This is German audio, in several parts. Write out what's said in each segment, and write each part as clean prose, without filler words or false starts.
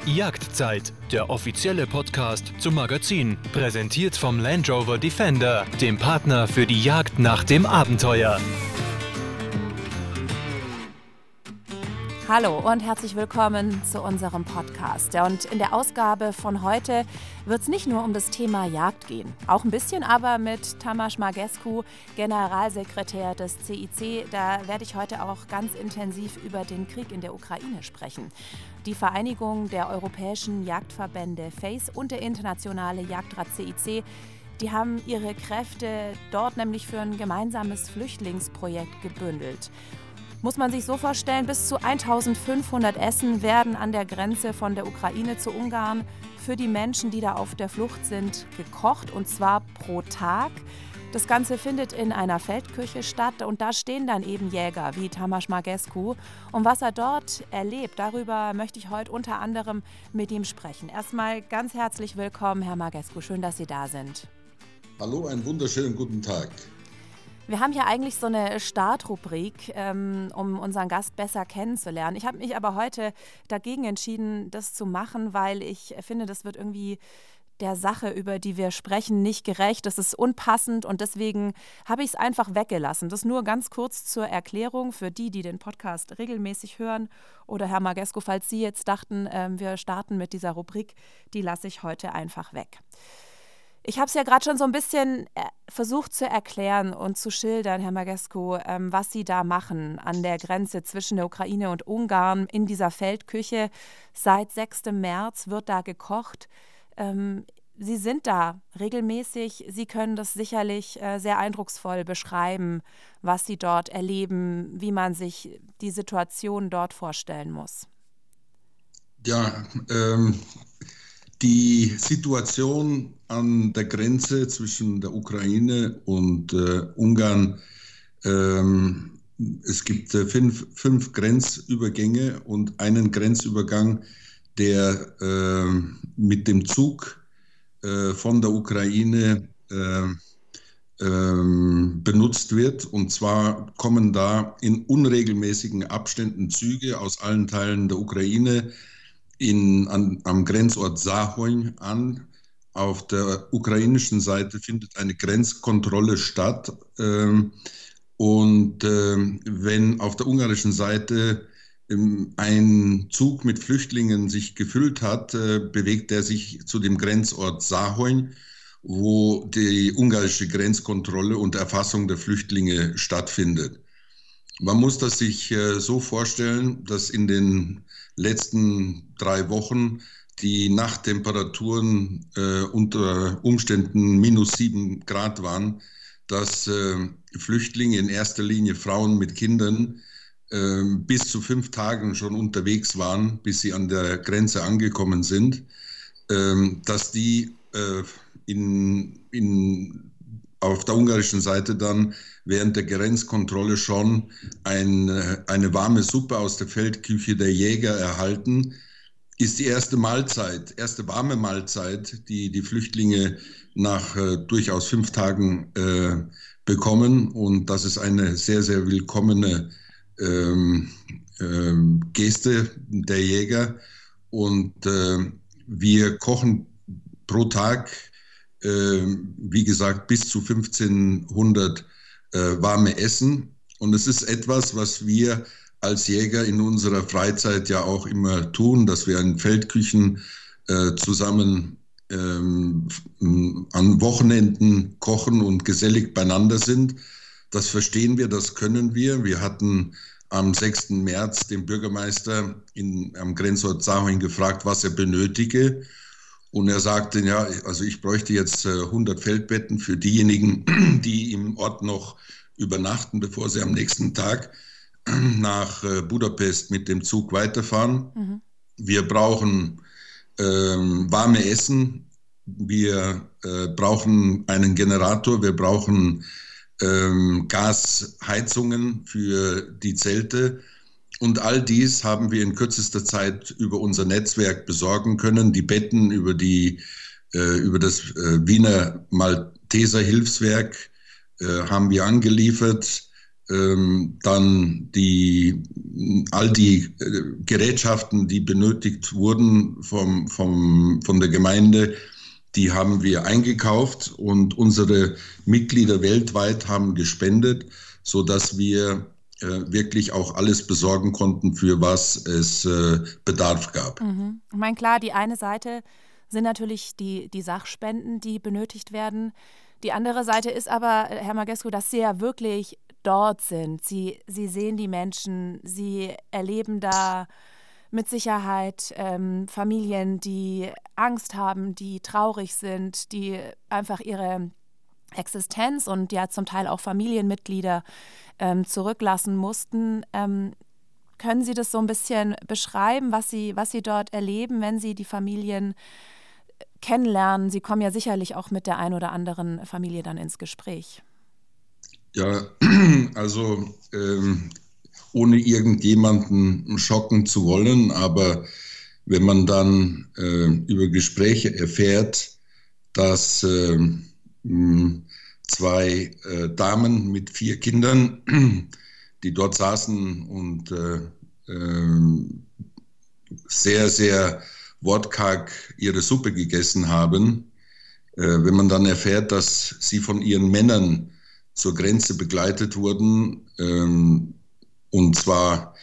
Jagdzeit, der offizielle Podcast zum Magazin, präsentiert vom Land Rover Defender, dem Partner für die Jagd nach dem Abenteuer. Hallo und herzlich willkommen zu unserem Podcast. Und in der Ausgabe von heute wird es nicht nur um das Thema Jagd gehen, auch ein bisschen aber mit Tamas Margescu, Generalsekretär des CIC. Da werde ich heute auch ganz intensiv über den Krieg in der Ukraine sprechen. Die Vereinigung der europäischen Jagdverbände FACE und der internationale Jagdrat CIC, die haben ihre Kräfte dort nämlich für ein gemeinsames Flüchtlingsprojekt gebündelt. Muss man sich so vorstellen, bis zu 1500 Essen werden an der Grenze von der Ukraine zu Ungarn für die Menschen, die da auf der Flucht sind, gekocht, und zwar pro Tag. Das Ganze findet in einer Feldküche statt und da stehen dann eben Jäger wie Tamas Margescu. Und was er dort erlebt, darüber möchte ich heute unter anderem mit ihm sprechen. Erstmal ganz herzlich willkommen, Herr Margescu, schön, dass Sie da sind. Hallo, einen wunderschönen guten Tag. Wir haben hier eigentlich so eine Startrubrik, um unseren Gast besser kennenzulernen. Ich habe mich aber heute dagegen entschieden, das zu machen, weil ich finde, das wird irgendwie der Sache, über die wir sprechen, nicht gerecht. Das ist unpassend und deswegen habe ich es einfach weggelassen. Das nur ganz kurz zur Erklärung für die den Podcast regelmäßig hören. Oder Herr Margescu, falls Sie jetzt dachten, wir starten mit dieser Rubrik, die lasse ich heute einfach weg. Ich habe es ja gerade schon so ein bisschen versucht zu erklären und zu schildern, Herr Margescu, was Sie da machen an der Grenze zwischen der Ukraine und Ungarn in dieser Feldküche. Seit 6. März wird da gekocht. Sie sind da regelmäßig. Sie können das sicherlich sehr eindrucksvoll beschreiben, was Sie dort erleben, wie man sich die Situation dort vorstellen muss. Ja, die Situation an der Grenze zwischen der Ukraine und Ungarn, es gibt fünf Grenzübergänge und einen Grenzübergang, der mit dem Zug von der Ukraine benutzt wird. Und zwar kommen da in unregelmäßigen Abständen Züge aus allen Teilen der Ukraine am Grenzort Záhony an. Auf der ukrainischen Seite findet eine Grenzkontrolle statt. Wenn auf der ungarischen Seite ein Zug mit Flüchtlingen sich gefüllt hat, bewegt er sich zu dem Grenzort Záhony, wo die ungarische Grenzkontrolle und Erfassung der Flüchtlinge stattfindet. Man muss das sich so vorstellen, dass in den letzten 3 Wochen die Nachttemperaturen unter Umständen -7 Grad waren, dass Flüchtlinge, in erster Linie Frauen mit Kindern, bis zu 5 Tagen schon unterwegs waren, bis sie an der Grenze angekommen sind, dass die auf der ungarischen Seite dann während der Grenzkontrolle schon eine warme Suppe aus der Feldküche der Jäger erhalten, ist die erste warme Mahlzeit, die die Flüchtlinge nach durchaus 5 Tagen bekommen. Und das ist eine sehr, sehr willkommene Geste der Jäger. Und wir kochen pro Tag, wie gesagt, bis zu 1500 warme Essen. Und es ist etwas, was wir als Jäger in unserer Freizeit ja auch immer tun, dass wir in Feldküchen zusammen an Wochenenden kochen und gesellig beieinander sind. Das verstehen wir, das können wir. Wir hatten am 6. März den Bürgermeister am Grenzort Záhony gefragt, was er benötige. Und er sagte, ja, also ich bräuchte jetzt 100 Feldbetten für diejenigen, die im Ort noch übernachten, bevor sie am nächsten Tag nach Budapest mit dem Zug weiterfahren. Mhm. Wir brauchen warme Essen, wir brauchen einen Generator, wir brauchen Gasheizungen für die Zelte. Und all dies haben wir in kürzester Zeit über unser Netzwerk besorgen können. Die Betten über das Wiener Malteser Hilfswerk haben wir angeliefert. dann all die Gerätschaften, die benötigt wurden von der Gemeinde, die haben wir eingekauft und unsere Mitglieder weltweit haben gespendet, sodass wir wirklich auch alles besorgen konnten, für was es Bedarf gab. Ich meine, klar, die eine Seite sind natürlich die Sachspenden, die benötigt werden. Die andere Seite ist aber, Herr Magescu, dass Sie ja wirklich dort sind. Sie sehen die Menschen, Sie erleben da mit Sicherheit Familien, die Angst haben, die traurig sind, die einfach ihre Existenz und ja zum Teil auch Familienmitglieder zurücklassen mussten. Können Sie das so ein bisschen beschreiben, was Sie dort erleben, wenn Sie die Familien kennenlernen? Sie kommen ja sicherlich auch mit der ein oder anderen Familie dann ins Gespräch. Ja, also ohne irgendjemanden schocken zu wollen, aber wenn man dann über Gespräche erfährt, dass 2 Damen mit 4 Kindern, die dort saßen und sehr, sehr wortkarg ihre Suppe gegessen haben, wenn man dann erfährt, dass sie von ihren Männern zur Grenze begleitet wurden, und zwar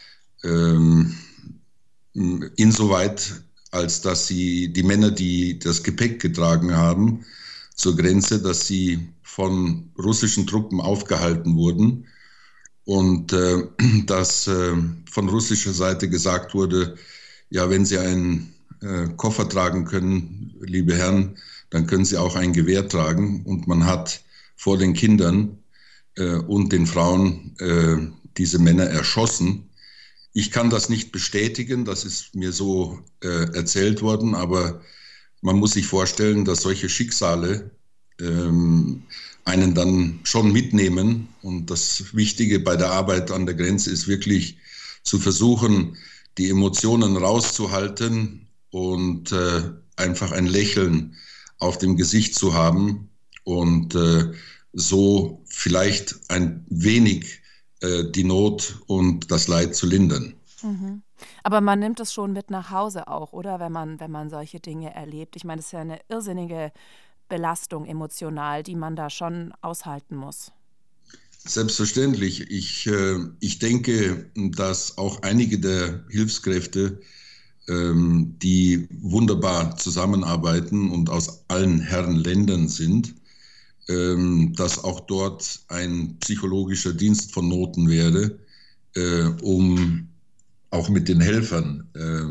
insoweit, als dass die Männer, die das Gepäck getragen haben, zur Grenze, dass sie von russischen Truppen aufgehalten wurden und dass von russischer Seite gesagt wurde, ja, wenn Sie einen Koffer tragen können, liebe Herren, dann können Sie auch ein Gewehr tragen. Und man hat vor den Kindern und den Frauen diese Männer erschossen. Ich kann das nicht bestätigen, das ist mir so erzählt worden, aber man muss sich vorstellen, dass solche Schicksale einen dann schon mitnehmen. Und das Wichtige bei der Arbeit an der Grenze ist wirklich zu versuchen, die Emotionen rauszuhalten und einfach ein Lächeln auf dem Gesicht zu haben und so vielleicht ein wenig die Not und das Leid zu lindern. Mhm. Aber man nimmt es schon mit nach Hause auch, oder? Wenn man solche Dinge erlebt. Ich meine, das ist ja eine irrsinnige Belastung emotional, die man da schon aushalten muss. Selbstverständlich. Ich denke, dass auch einige der Hilfskräfte, die wunderbar zusammenarbeiten und aus allen Herrenländern sind, dass auch dort ein psychologischer Dienst vonnöten wäre, um auch mit den Helfern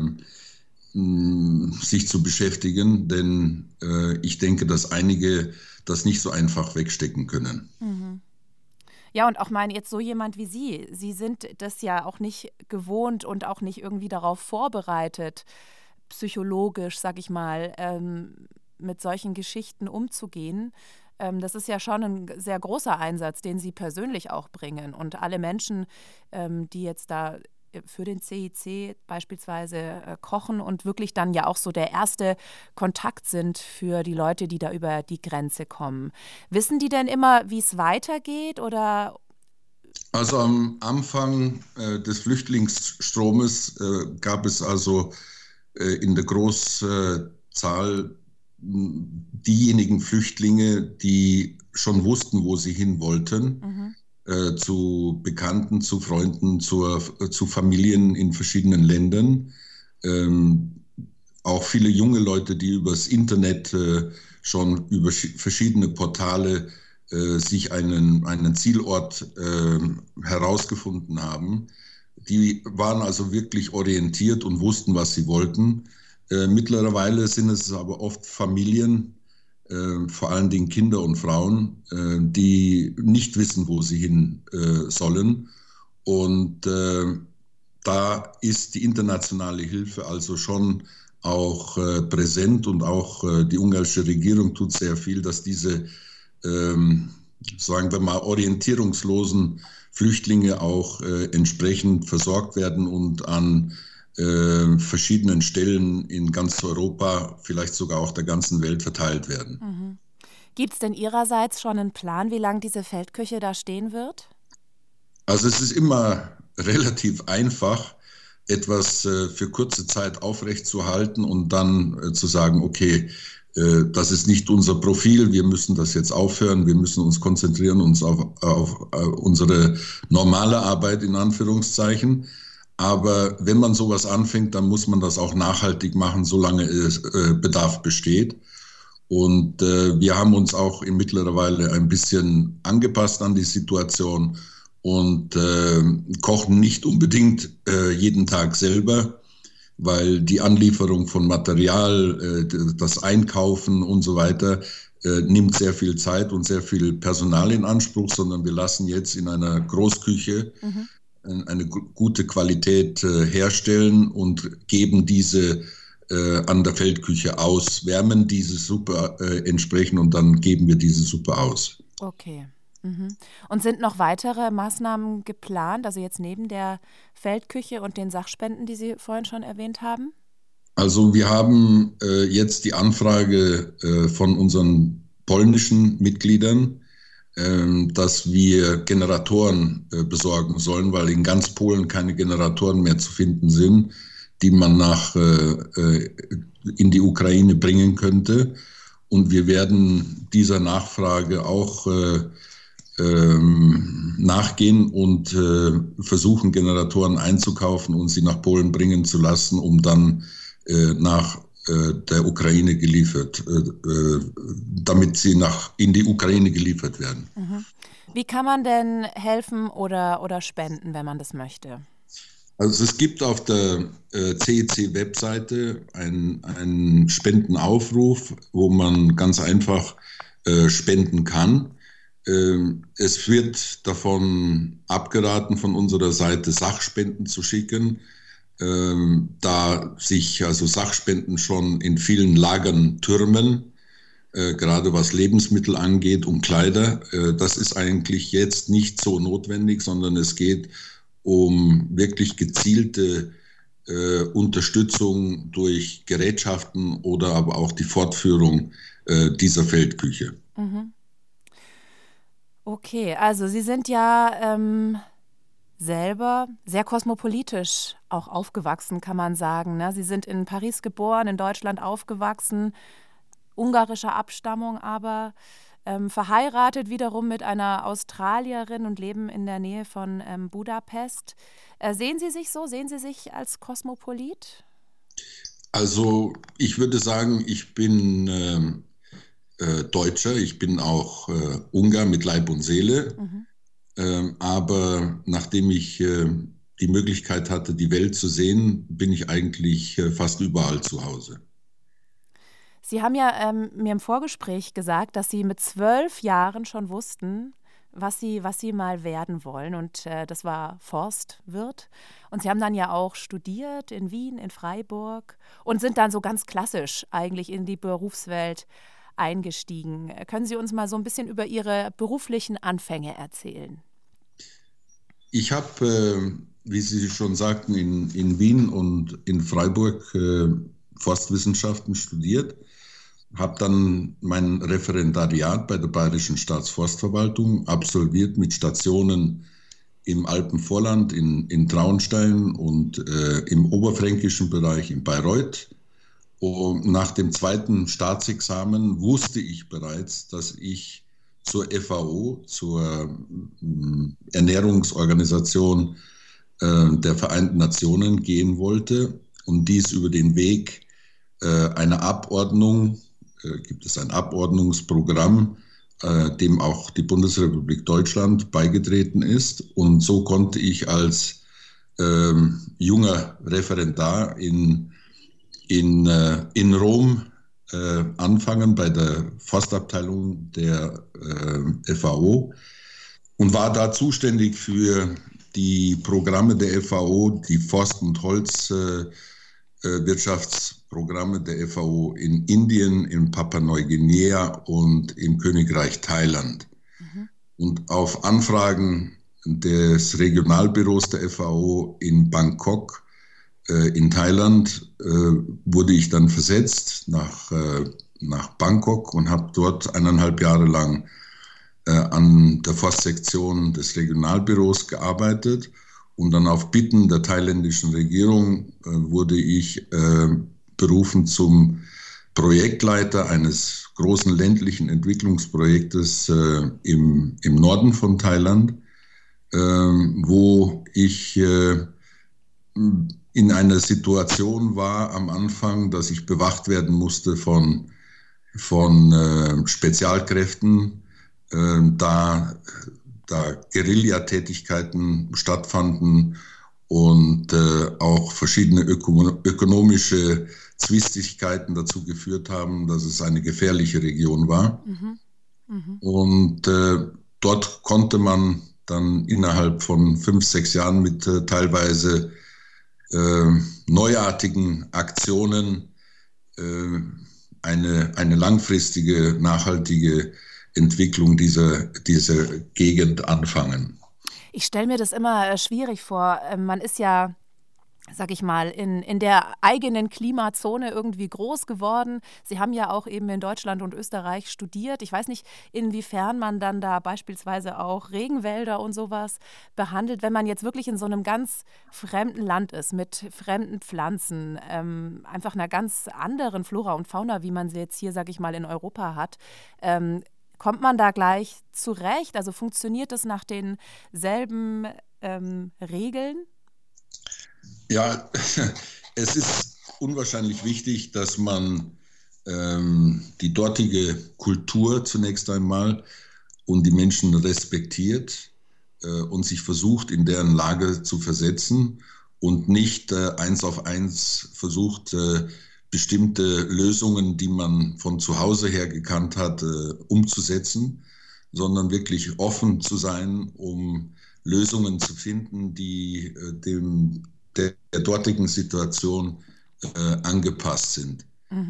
sich zu beschäftigen, denn ich denke, dass einige das nicht so einfach wegstecken können. Mhm. Ja, und auch jetzt so jemand wie Sie sind das ja auch nicht gewohnt und auch nicht irgendwie darauf vorbereitet, psychologisch, sag ich mal, mit solchen Geschichten umzugehen. Das ist ja schon ein sehr großer Einsatz, den Sie persönlich auch bringen. Und alle Menschen, die jetzt da für den CIC beispielsweise kochen und wirklich dann ja auch so der erste Kontakt sind für die Leute, die da über die Grenze kommen. Wissen die denn immer, wie es weitergeht, oder? Also am Anfang des Flüchtlingsstromes gab es also in der Großzahl diejenigen Flüchtlinge, die schon wussten, wo sie hin wollten. Mhm. Zu Bekannten, zu Freunden, zu Familien in verschiedenen Ländern. Auch viele junge Leute, die übers Internet schon über verschiedene Portale sich einen Zielort herausgefunden haben. Die waren also wirklich orientiert und wussten, was sie wollten. Mittlerweile sind es aber oft Familien, vor allen Dingen Kinder und Frauen, die nicht wissen, wo sie hin sollen. Und da ist die internationale Hilfe also schon auch präsent, und auch die ungarische Regierung tut sehr viel, dass diese, sagen wir mal, orientierungslosen Flüchtlinge auch entsprechend versorgt werden und an verschiedenen Stellen in ganz Europa, vielleicht sogar auch der ganzen Welt verteilt werden. Mhm. Gibt es denn Ihrerseits schon einen Plan, wie lange diese Feldküche da stehen wird? Also es ist immer relativ einfach, etwas für kurze Zeit aufrechtzuerhalten und dann zu sagen, okay, das ist nicht unser Profil, wir müssen das jetzt aufhören, wir müssen uns konzentrieren uns auf unsere normale Arbeit in Anführungszeichen. Aber wenn man sowas anfängt, dann muss man das auch nachhaltig machen, solange Bedarf besteht. Und wir haben uns auch in mittlerer Weile ein bisschen angepasst an die Situation und kochen nicht unbedingt jeden Tag selber, weil die Anlieferung von Material, das Einkaufen und so weiter nimmt sehr viel Zeit und sehr viel Personal in Anspruch, sondern wir lassen jetzt in einer Großküche eine gute Qualität herstellen und geben diese an der Feldküche aus, wärmen diese Suppe entsprechend und dann geben wir diese Suppe aus. Okay. Und sind noch weitere Maßnahmen geplant, also jetzt neben der Feldküche und den Sachspenden, die Sie vorhin schon erwähnt haben? Also wir haben jetzt die Anfrage von unseren polnischen Mitgliedern, dass wir Generatoren besorgen sollen, weil in ganz Polen keine Generatoren mehr zu finden sind, die man in die Ukraine bringen könnte. Und wir werden dieser Nachfrage auch nachgehen und versuchen, Generatoren einzukaufen und sie nach Polen bringen zu lassen, um dann nach der Ukraine geliefert, damit sie in die Ukraine geliefert werden. Wie kann man denn helfen oder spenden, wenn man das möchte? Also es gibt auf der CEC-Webseite einen Spendenaufruf, wo man ganz einfach spenden kann. Es wird davon abgeraten, von unserer Seite Sachspenden zu schicken, da sich also Sachspenden schon in vielen Lagern türmen, gerade was Lebensmittel angeht und Kleider. Das ist eigentlich jetzt nicht so notwendig, sondern es geht um wirklich gezielte Unterstützung durch Gerätschaften oder aber auch die Fortführung dieser Feldküche. Okay, also Sie sind ja selber sehr kosmopolitisch auch aufgewachsen, kann man sagen, ne? Sie sind in Paris geboren, in Deutschland aufgewachsen, ungarischer Abstammung, aber verheiratet wiederum mit einer Australierin und leben in der Nähe von Budapest. Sehen Sie sich so? Sehen Sie sich als Kosmopolit? Also ich würde sagen, ich bin Deutscher, ich bin auch Ungar mit Leib und Seele, aber nachdem ich die Möglichkeit hatte, die Welt zu sehen, bin ich eigentlich fast überall zu Hause. Sie haben ja mir im Vorgespräch gesagt, dass Sie mit 12 Jahren schon wussten, was Sie mal werden wollen, und das war Forstwirt. Und Sie haben dann ja auch studiert in Wien, in Freiburg und sind dann so ganz klassisch eigentlich in die Berufswelt eingestiegen. Können Sie uns mal so ein bisschen über Ihre beruflichen Anfänge erzählen? Ich habe, wie Sie schon sagten, in Wien und in Freiburg Forstwissenschaften studiert, habe dann mein Referendariat bei der Bayerischen Staatsforstverwaltung absolviert mit Stationen im Alpenvorland, in Traunstein und im oberfränkischen Bereich in Bayreuth. Und nach dem zweiten Staatsexamen wusste ich bereits, dass ich zur FAO, zur Ernährungsorganisation der Vereinten Nationen gehen wollte und dies über den Weg einer Abordnung, gibt es ein Abordnungsprogramm, dem auch die Bundesrepublik Deutschland beigetreten ist. Und so konnte ich als junger Referendar in Rom anfangen bei der Forstabteilung der FAO und war da zuständig für die Programme der FAO, die Forst- und Holzwirtschaftsprogramme der FAO in Indien, in Papua-Neuguinea und im Königreich Thailand. Und auf Anfragen des Regionalbüros der FAO in Bangkok in Thailand wurde ich dann versetzt nach Bangkok und habe dort 1,5 Jahre lang an der Forstsektion des Regionalbüros gearbeitet und dann auf Bitten der thailändischen Regierung wurde ich berufen zum Projektleiter eines großen ländlichen Entwicklungsprojektes im Norden von Thailand, wo ich in einer Situation war am Anfang, dass ich bewacht werden musste von Spezialkräften, da Guerillatätigkeiten stattfanden und auch verschiedene ökonomische Zwistigkeiten dazu geführt haben, dass es eine gefährliche Region war. Und dort konnte man dann innerhalb von 5-6 Jahren mit teilweise neuartigen Aktionen eine langfristige, nachhaltige Entwicklung dieser Gegend anfangen. Ich stelle mir das immer schwierig vor. Man ist ja, sag ich mal, in der eigenen Klimazone irgendwie groß geworden. Sie haben ja auch eben in Deutschland und Österreich studiert. Ich weiß nicht, inwiefern man dann da beispielsweise auch Regenwälder und sowas behandelt, wenn man jetzt wirklich in so einem ganz fremden Land ist, mit fremden Pflanzen, einfach einer ganz anderen Flora und Fauna, wie man sie jetzt hier, sag ich mal, in Europa hat. Kommt man da gleich zurecht? Also funktioniert das nach denselben Regeln? Ja, es ist unwahrscheinlich wichtig, dass man die dortige Kultur zunächst einmal und die Menschen respektiert und sich versucht, in deren Lage zu versetzen und nicht 1:1 versucht, bestimmte Lösungen, die man von zu Hause her gekannt hat, umzusetzen, sondern wirklich offen zu sein, um Lösungen zu finden, die der dortigen Situation angepasst sind.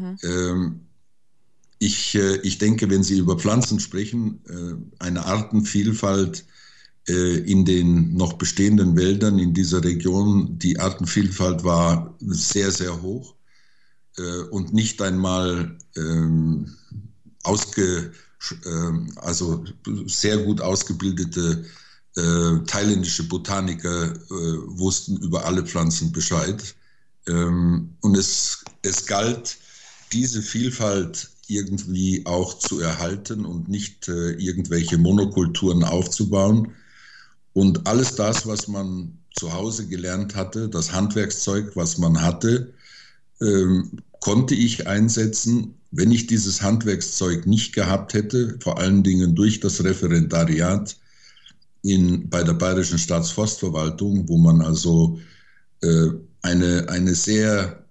Ich denke, wenn Sie über Pflanzen sprechen, eine Artenvielfalt in den noch bestehenden Wäldern in dieser Region, die Artenvielfalt war sehr, sehr hoch und nicht einmal also sehr gut ausgebildete thailändische Botaniker wussten über alle Pflanzen Bescheid. Und es galt, diese Vielfalt irgendwie auch zu erhalten und nicht irgendwelche Monokulturen aufzubauen. Und alles das, was man zu Hause gelernt hatte, das Handwerkszeug, was man hatte, konnte ich einsetzen. Wenn ich dieses Handwerkszeug nicht gehabt hätte, vor allen Dingen durch das Referendariat bei der Bayerischen Staatsforstverwaltung, wo man also eine sehr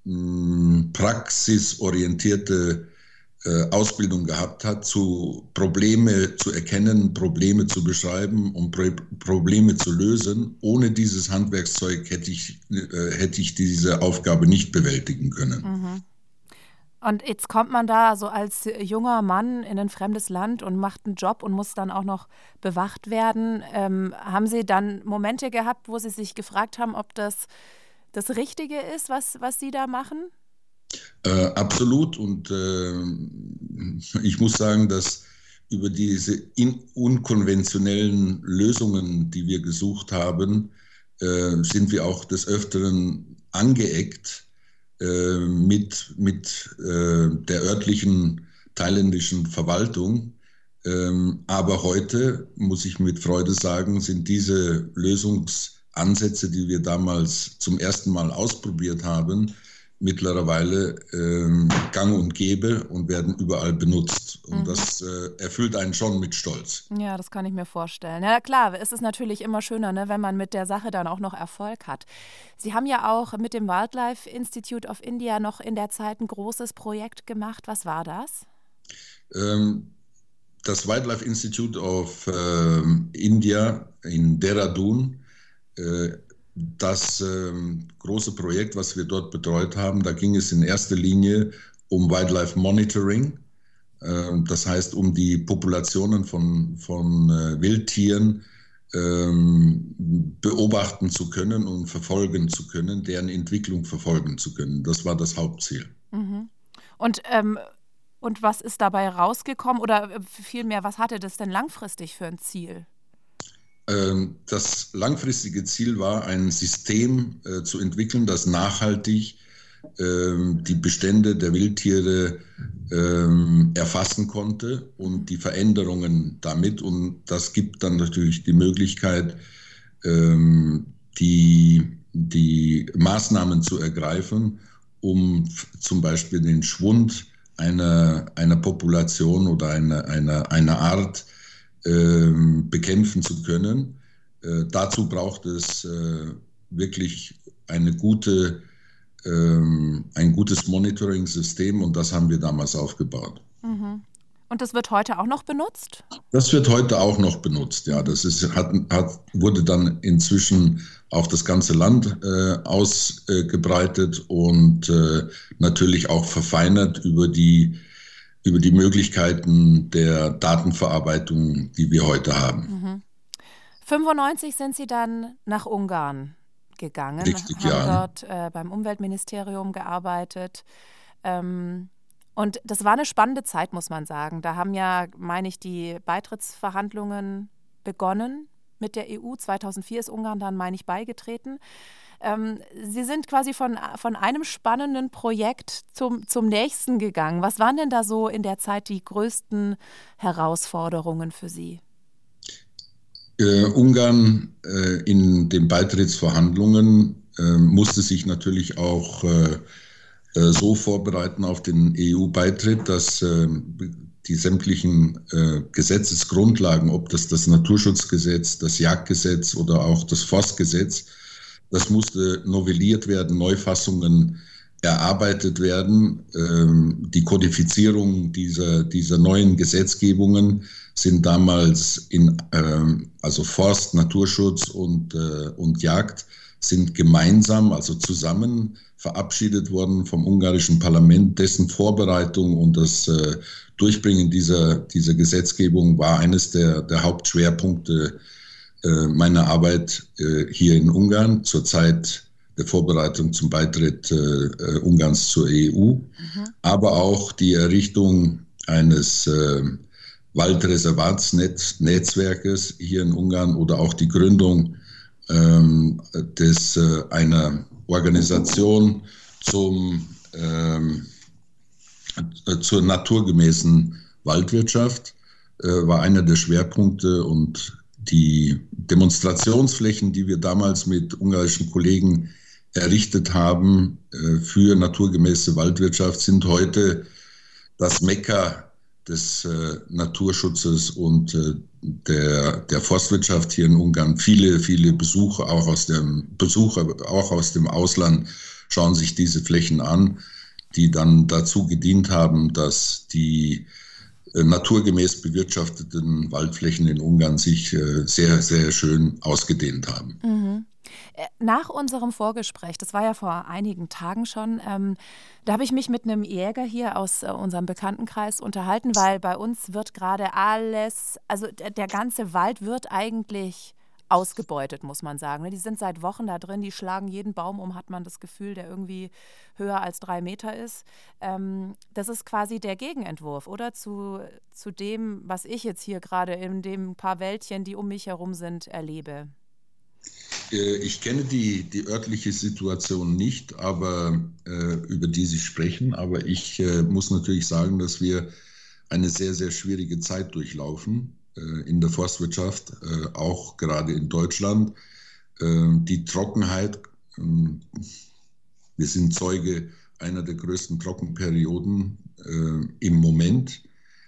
praxisorientierte Ausbildung gehabt hat, Probleme zu erkennen, Probleme zu beschreiben und Probleme zu lösen. Ohne dieses Handwerkszeug hätte ich diese Aufgabe nicht bewältigen können. Und jetzt kommt man da so als junger Mann in ein fremdes Land und macht einen Job und muss dann auch noch bewacht werden. Haben Sie dann Momente gehabt, wo Sie sich gefragt haben, ob das Richtige ist, was Sie da machen? Absolut. Und ich muss sagen, dass über diese unkonventionellen Lösungen, die wir gesucht haben, sind wir auch des Öfteren angeeckt mit der örtlichen thailändischen Verwaltung. Aber heute, muss ich mit Freude sagen, sind diese Lösungsansätze, die wir damals zum ersten Mal ausprobiert haben, mittlerweile gang und gäbe und werden überall benutzt. Und das erfüllt einen schon mit Stolz. Ja, das kann ich mir vorstellen. Ja, klar, es ist natürlich immer schöner, ne, wenn man mit der Sache dann auch noch Erfolg hat. Sie haben ja auch mit dem Wildlife Institute of India noch in der Zeit ein großes Projekt gemacht. Was war das? Das Wildlife Institute of India in Dehradun, das große Projekt, was wir dort betreut haben, da ging es in erster Linie um Wildlife Monitoring. Das heißt, um die Populationen von Wildtieren beobachten zu können und verfolgen zu können, deren Entwicklung verfolgen zu können. Das war das Hauptziel. Und Und was ist dabei rausgekommen oder vielmehr, was hatte das denn langfristig für ein Ziel? Das langfristige Ziel war, ein System zu entwickeln, das nachhaltig die Bestände der Wildtiere erfassen konnte und die Veränderungen damit. Und das gibt dann natürlich die Möglichkeit, die Maßnahmen zu ergreifen, um zum Beispiel den Schwund einer Population oder einer Art bekämpfen zu können. Dazu braucht es wirklich ein gutes Monitoring-System und das haben wir damals aufgebaut. Mhm. Und das wird heute auch noch benutzt? Das wird heute auch noch benutzt, ja. Das wurde dann inzwischen auf das ganze Land ausgebreitet und natürlich auch verfeinert über die Möglichkeiten der Datenverarbeitung, die wir heute haben. 1995 sind Sie dann nach Ungarn gegangen, Richtig, haben ja. dort beim Umweltministerium gearbeitet. Und das war eine spannende Zeit, muss man sagen. Da haben ja, meine ich, die Beitrittsverhandlungen begonnen mit der EU. 2004 ist Ungarn dann, meine ich, beigetreten. Sie sind quasi von einem spannenden Projekt zum nächsten gegangen. Was waren denn da so in der Zeit die größten Herausforderungen für Sie? Ungarn in den Beitrittsverhandlungen musste sich natürlich auch so vorbereiten auf den EU-Beitritt, dass die sämtlichen Gesetzesgrundlagen, ob das Naturschutzgesetz, das Jagdgesetz oder auch das Forstgesetz, das musste novelliert werden, Neufassungen erarbeitet werden. Die Kodifizierung dieser neuen Gesetzgebungen sind damals also Forst, Naturschutz und Jagd sind gemeinsam, also zusammen verabschiedet worden vom ungarischen Parlament. Dessen Vorbereitung und das Durchbringen dieser Gesetzgebung war eines der Hauptschwerpunkte meiner Arbeit hier in Ungarn zur Zeit der Vorbereitung zum Beitritt Ungarns zur EU, aber auch die Errichtung eines Waldreservatsnetzwerkes hier in Ungarn oder auch die Gründung einer Organisation zur naturgemäßen Waldwirtschaft war einer der Schwerpunkte, und die Demonstrationsflächen, die wir damals mit ungarischen Kollegen errichtet haben für naturgemäße Waldwirtschaft, sind heute das Mekka des Naturschutzes und der Forstwirtschaft hier in Ungarn. Viele Besucher, auch aus dem Ausland, schauen sich diese Flächen an, die dann dazu gedient haben, dass die naturgemäß bewirtschafteten Waldflächen in Ungarn sich sehr, sehr schön ausgedehnt haben. Mhm. Nach unserem Vorgespräch, das war ja vor einigen Tagen schon, da habe ich mich mit einem Jäger hier aus unserem Bekanntenkreis unterhalten, weil bei uns wird gerade alles, also der ganze Wald wird eigentlich ausgebeutet, muss man sagen. Die sind seit Wochen da drin, die schlagen jeden Baum um, hat man das Gefühl, der irgendwie höher als 3 Meter ist. Das ist quasi der Gegenentwurf, oder? Zu dem, was ich jetzt hier gerade in dem paar Wäldchen, die um mich herum sind, erlebe. Ich kenne die örtliche Situation nicht, aber über die Sie sprechen. Aber ich muss natürlich sagen, dass wir eine sehr, sehr schwierige Zeit durchlaufen in der Forstwirtschaft, auch gerade in Deutschland. Die Trockenheit, wir sind Zeuge einer der größten Trockenperioden im Moment.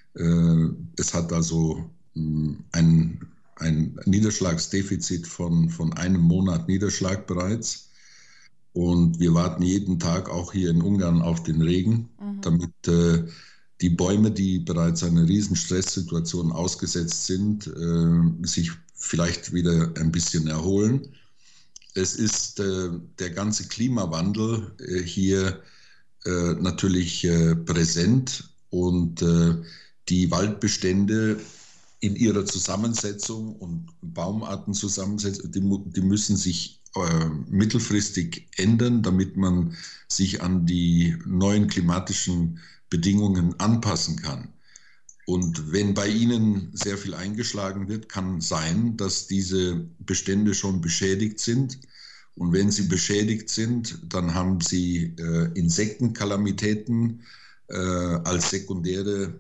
Es hat also ein Niederschlagsdefizit von einem Monat Niederschlag bereits. Und wir warten jeden Tag auch hier in Ungarn auf den Regen, damit die Bäume, die bereits einer riesen Stresssituation ausgesetzt sind, sich vielleicht wieder ein bisschen erholen. Es ist der ganze Klimawandel hier natürlich präsent, und die Waldbestände in ihrer Zusammensetzung und Baumartenzusammensetzung, die müssen sich mittelfristig ändern, damit man sich an die neuen klimatischen Bedingungen anpassen kann. Und wenn bei Ihnen sehr viel eingeschlagen wird, kann sein, dass diese Bestände schon beschädigt sind. Und wenn sie beschädigt sind, dann haben Sie Insektenkalamitäten als sekundäres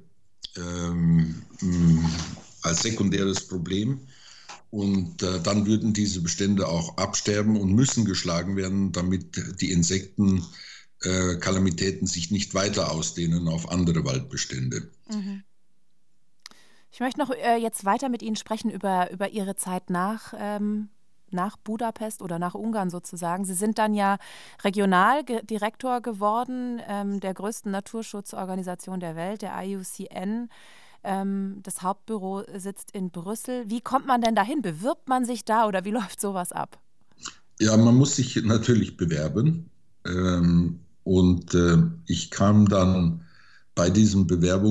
Problem. Und dann würden diese Bestände auch absterben und müssen geschlagen werden, damit die Insektenkalamitäten sich nicht weiter ausdehnen auf andere Waldbestände. Mhm. Ich möchte noch jetzt weiter mit Ihnen sprechen über Ihre Zeit nach Budapest oder nach Ungarn sozusagen. Sie sind dann ja Regionaldirektor geworden der größten Naturschutzorganisation der Welt, der IUCN. Das Hauptbüro sitzt in Brüssel. Wie kommt man denn dahin? Bewirbt man sich da oder wie läuft sowas ab? Ja, man muss sich natürlich bewerben. Und ich kam dann bei diesem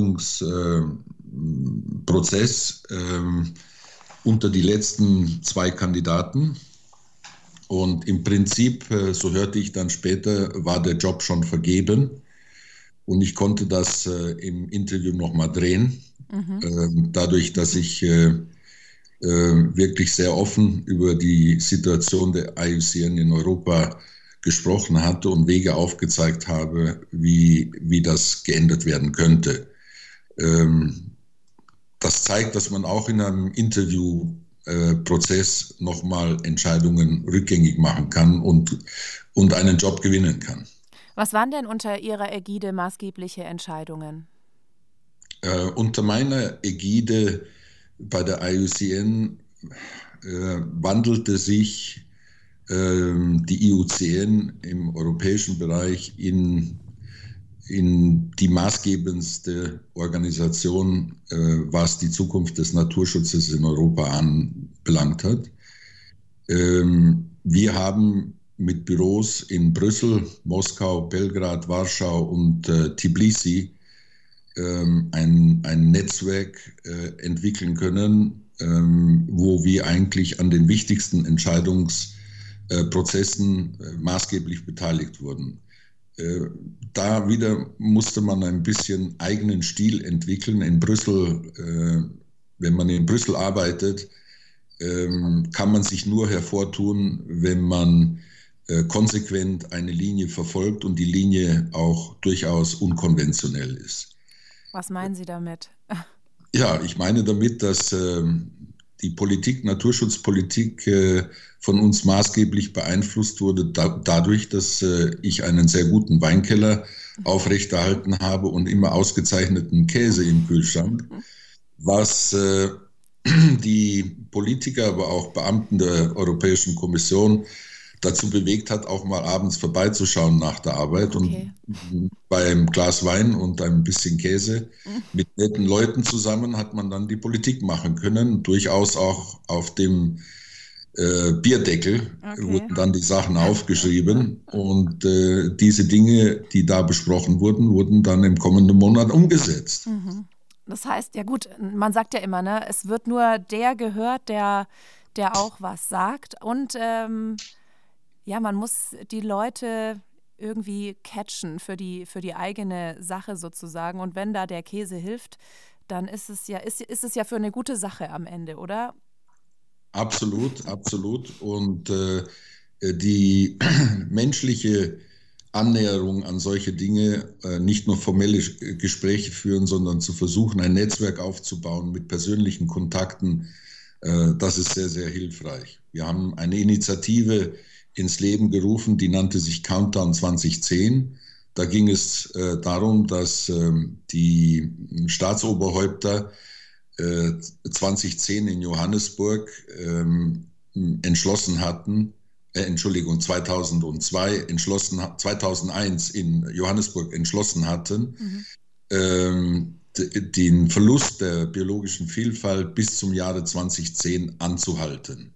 Bewerbungsprozess unter die letzten 2 Kandidaten. Und im Prinzip, so hörte ich dann später, war der Job schon vergeben. Und ich konnte das im Interview nochmal drehen. Dadurch, dass ich wirklich sehr offen über die Situation der IUCN in Europa gesprochen hatte und Wege aufgezeigt habe, wie das geändert werden könnte. Das zeigt, dass man auch in einem Interviewprozess nochmal Entscheidungen rückgängig machen kann und einen Job gewinnen kann. Was waren denn unter Ihrer Ägide maßgebliche Entscheidungen? Unter meiner Ägide bei der IUCN wandelte sich die IUCN im europäischen Bereich in die maßgebendste Organisation, was die Zukunft des Naturschutzes in Europa anbelangt hat. Wir haben mit Büros in Brüssel, Moskau, Belgrad, Warschau und Tbilisi ein Netzwerk entwickeln können, wo wir eigentlich an den wichtigsten Entscheidungsprozessen maßgeblich beteiligt wurden. Da wieder musste man ein bisschen eigenen Stil entwickeln. In Brüssel, wenn man in Brüssel arbeitet, kann man sich nur hervortun, wenn man konsequent eine Linie verfolgt und die Linie auch durchaus unkonventionell ist. Was meinen Sie damit? Ja, ich meine damit, dass die Politik, Naturschutzpolitik von uns maßgeblich beeinflusst wurde dadurch, dass ich einen sehr guten Weinkeller aufrechterhalten habe und immer ausgezeichneten Käse im Kühlschrank, was die Politiker, aber auch Beamten der Europäischen Kommission dazu bewegt hat, auch mal abends vorbeizuschauen nach der Arbeit und beim Glas Wein und ein bisschen Käse mit netten Leuten zusammen hat man dann die Politik machen können. Durchaus auch auf dem Bierdeckel wurden dann die Sachen aufgeschrieben und diese Dinge, die da besprochen wurden, wurden dann im kommenden Monat umgesetzt. Das heißt, ja gut, man sagt ja immer, ne, es wird nur der gehört, der auch was sagt und ja, man muss die Leute irgendwie catchen für die eigene Sache sozusagen. Und wenn da der Käse hilft, dann ist es ja für eine gute Sache am Ende, oder? Absolut, absolut. Und die menschliche Annäherung an solche Dinge, nicht nur formelle Gespräche führen, sondern zu versuchen, ein Netzwerk aufzubauen mit persönlichen Kontakten, das ist sehr, sehr hilfreich. Wir haben eine Initiative ins Leben gerufen, die nannte sich Countdown 2010. Da ging es darum, dass die Staatsoberhäupter 2010 in Johannesburg 2001 in Johannesburg entschlossen hatten, den Verlust der biologischen Vielfalt bis zum Jahre 2010 anzuhalten.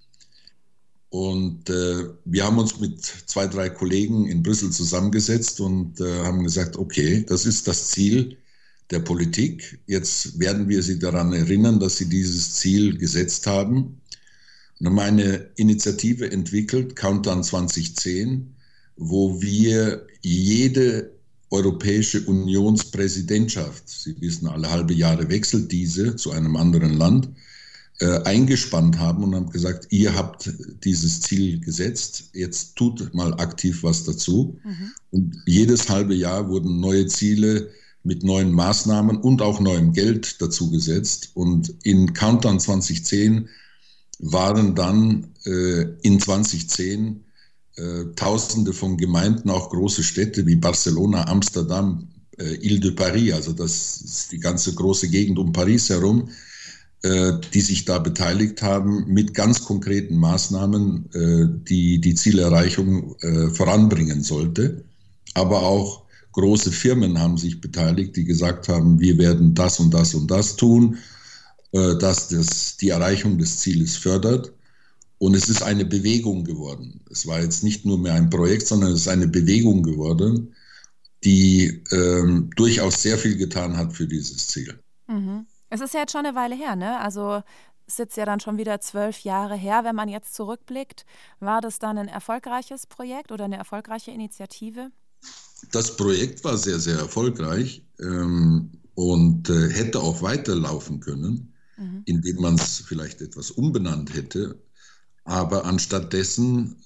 Und wir haben uns mit 2, 3 Kollegen in Brüssel zusammengesetzt und haben gesagt, okay, das ist das Ziel der Politik. Jetzt werden wir Sie daran erinnern, dass Sie dieses Ziel gesetzt haben. Und haben eine Initiative entwickelt, Countdown 2010, wo wir jede Europäische Unionspräsidentschaft, Sie wissen, alle halbe Jahre wechselt diese zu einem anderen Land, eingespannt haben und haben gesagt, ihr habt dieses Ziel gesetzt, jetzt tut mal aktiv was dazu. Und jedes halbe Jahr wurden neue Ziele mit neuen Maßnahmen und auch neuem Geld dazu gesetzt. Und in Countdown 2010 waren dann in 2010 Tausende von Gemeinden, auch große Städte wie Barcelona, Amsterdam, Ile de Paris, also das ist die ganze große Gegend um Paris herum, die sich da beteiligt haben mit ganz konkreten Maßnahmen, die die Zielerreichung voranbringen sollte. Aber auch große Firmen haben sich beteiligt, die gesagt haben, wir werden das und das und das tun, dass das die Erreichung des Zieles fördert. Und es ist eine Bewegung geworden. Es war jetzt nicht nur mehr ein Projekt, sondern es ist eine Bewegung geworden, die durchaus sehr viel getan hat für dieses Ziel. Mhm. Es ist ja jetzt schon eine Weile her, ne? Also es ist jetzt ja dann schon wieder 12 Jahre her. Wenn man jetzt zurückblickt, war das dann ein erfolgreiches Projekt oder eine erfolgreiche Initiative? Das Projekt war sehr, sehr erfolgreich und hätte auch weiterlaufen können, indem man es vielleicht etwas umbenannt hätte. Aber anstatt dessen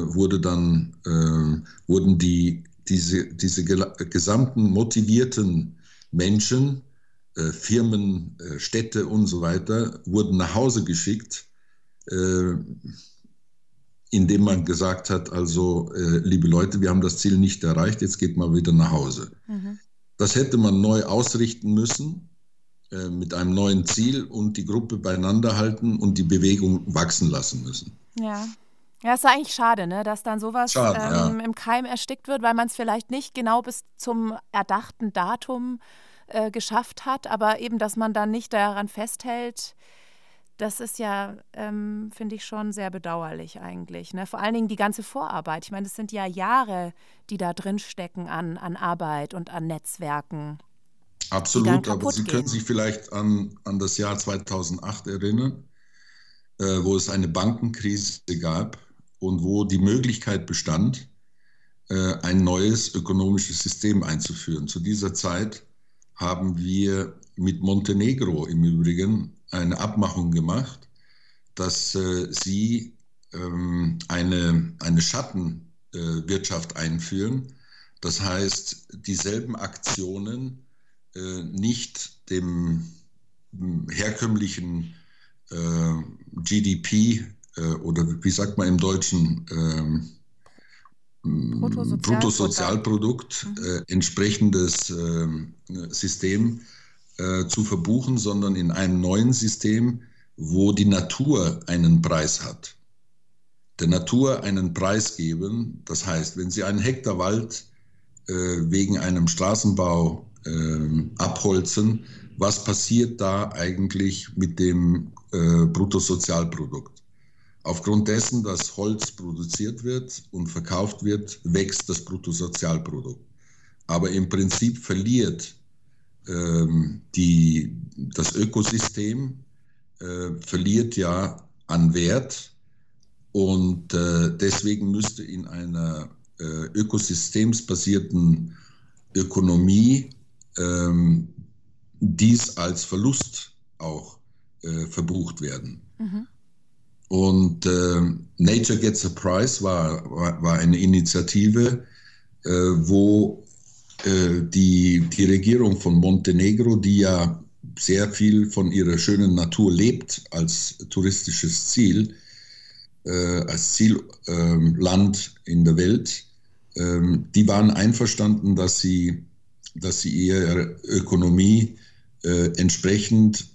wurden diese gesamten motivierten Menschen, Firmen, Städte und so weiter, wurden nach Hause geschickt, indem man gesagt hat, also liebe Leute, wir haben das Ziel nicht erreicht, jetzt geht mal wieder nach Hause. Das hätte man neu ausrichten müssen, mit einem neuen Ziel und die Gruppe beieinander halten und die Bewegung wachsen lassen müssen. Ja. Ja, ist eigentlich schade, ne, dass dann sowas im Keim erstickt wird, weil man es vielleicht nicht genau bis zum erdachten Datum geschafft hat, aber eben, dass man dann nicht daran festhält, das ist ja, finde ich, schon sehr bedauerlich eigentlich. Ne? Vor allen Dingen die ganze Vorarbeit. Ich meine, es sind ja Jahre, die da drin stecken an Arbeit und an Netzwerken. Absolut, aber Sie können sich vielleicht an das Jahr 2008 erinnern, wo es eine Bankenkrise gab und wo die Möglichkeit bestand, ein neues ökonomisches System einzuführen. Zu dieser Zeit haben wir mit Montenegro im Übrigen eine Abmachung gemacht, dass sie eine Schattenwirtschaft einführen. Das heißt, dieselben Aktionen nicht dem herkömmlichen GDP oder wie sagt man im Deutschen, Bruttosozialprodukt entsprechendes System zu verbuchen, sondern in einem neuen System, wo die Natur einen Preis hat. Der Natur einen Preis geben, das heißt, wenn Sie einen Hektar Wald wegen einem Straßenbau abholzen, was passiert da eigentlich mit dem Bruttosozialprodukt? Aufgrund dessen, dass Holz produziert wird und verkauft wird, wächst das Bruttosozialprodukt. Aber im Prinzip verliert das Ökosystem verliert ja an Wert und deswegen müsste in einer ökosystemsbasierten Ökonomie dies als Verlust auch verbucht werden. Und Nature Gets a Prize war eine Initiative, wo die Regierung von Montenegro, die ja sehr viel von ihrer schönen Natur lebt als touristisches Ziel, als Zielland in der Welt, die waren einverstanden, dass sie ihre Ökonomie entsprechend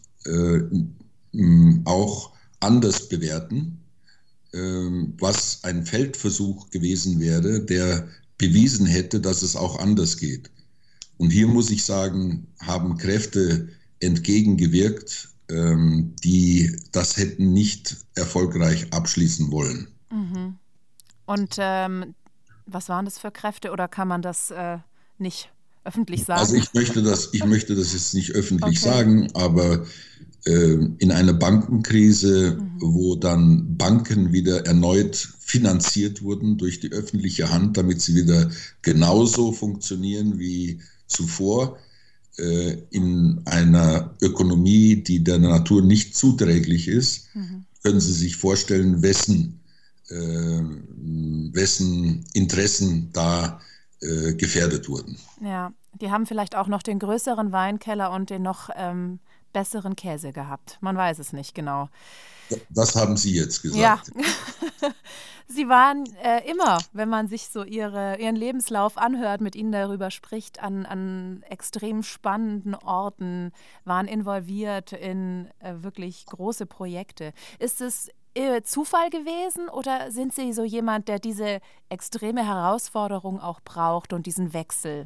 auch anders bewerten, was ein Feldversuch gewesen wäre, der bewiesen hätte, dass es auch anders geht. Und hier muss ich sagen, haben Kräfte entgegengewirkt, die das hätten nicht erfolgreich abschließen wollen. Und was waren das für Kräfte oder kann man das nicht öffentlich sagen? Also ich möchte das jetzt nicht öffentlich sagen, aber in einer Bankenkrise, wo dann Banken wieder erneut finanziert wurden durch die öffentliche Hand, damit sie wieder genauso funktionieren wie zuvor, in einer Ökonomie, die der Natur nicht zuträglich ist, können Sie sich vorstellen, wessen Interessen da gefährdet wurden. Ja, die haben vielleicht auch noch den größeren Weinkeller und den noch besseren Käse gehabt. Man weiß es nicht genau. Das haben Sie jetzt gesagt. Ja, Sie waren immer, wenn man sich so Ihren Lebenslauf anhört, mit Ihnen darüber spricht, an extrem spannenden Orten, waren involviert in wirklich große Projekte. Ist es Zufall gewesen oder sind Sie so jemand, der diese extreme Herausforderung auch braucht und diesen Wechsel?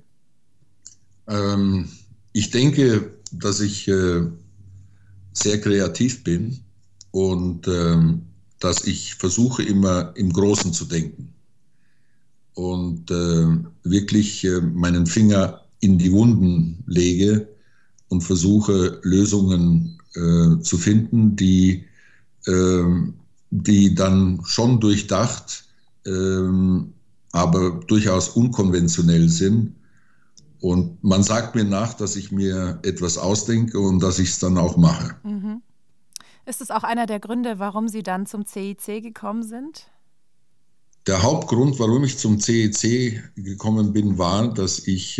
Ich denke, dass ich sehr kreativ bin und dass ich versuche, immer im Großen zu denken und wirklich meinen Finger in die Wunden lege und versuche, Lösungen zu finden, die dann schon durchdacht, aber durchaus unkonventionell sind. Und man sagt mir nach, dass ich mir etwas ausdenke und dass ich es dann auch mache. Mhm. Ist es auch einer der Gründe, warum Sie dann zum CIC gekommen sind? Der Hauptgrund, warum ich zum CIC gekommen bin, war, dass ich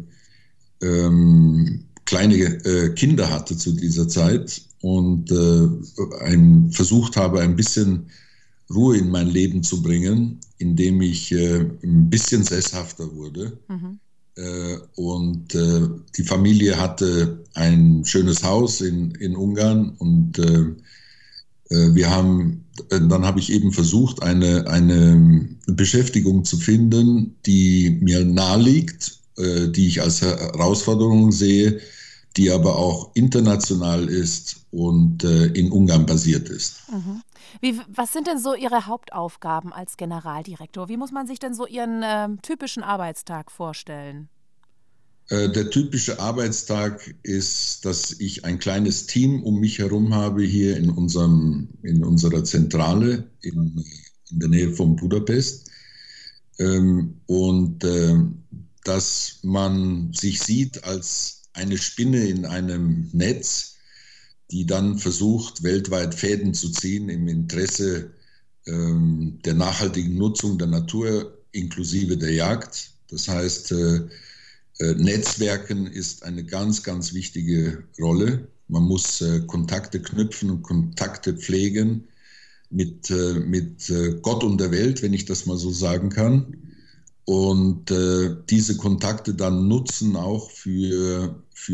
kleine Kinder hatte zu dieser Zeit und versucht habe, ein bisschen Ruhe in mein Leben zu bringen, indem ich ein bisschen sesshafter wurde. Und die Familie hatte ein schönes Haus in Ungarn und dann habe ich eben versucht, eine Beschäftigung zu finden, die mir nahe liegt, die ich als Herausforderung sehe, die aber auch international ist und in Ungarn basiert ist. Was sind denn so Ihre Hauptaufgaben als Generaldirektor? Wie muss man sich denn so Ihren typischen Arbeitstag vorstellen? Der typische Arbeitstag ist, dass ich ein kleines Team um mich herum habe hier in unserer Zentrale in der Nähe von Budapest. Und dass man sich sieht als eine Spinne in einem Netz, die dann versucht, weltweit Fäden zu ziehen im Interesse der nachhaltigen Nutzung der Natur inklusive der Jagd. Das heißt, Netzwerken ist eine ganz, ganz wichtige Rolle. Man muss Kontakte knüpfen und Kontakte pflegen mit Gott und der Welt, wenn ich das mal so sagen kann. Und diese Kontakte dann nutzen auch für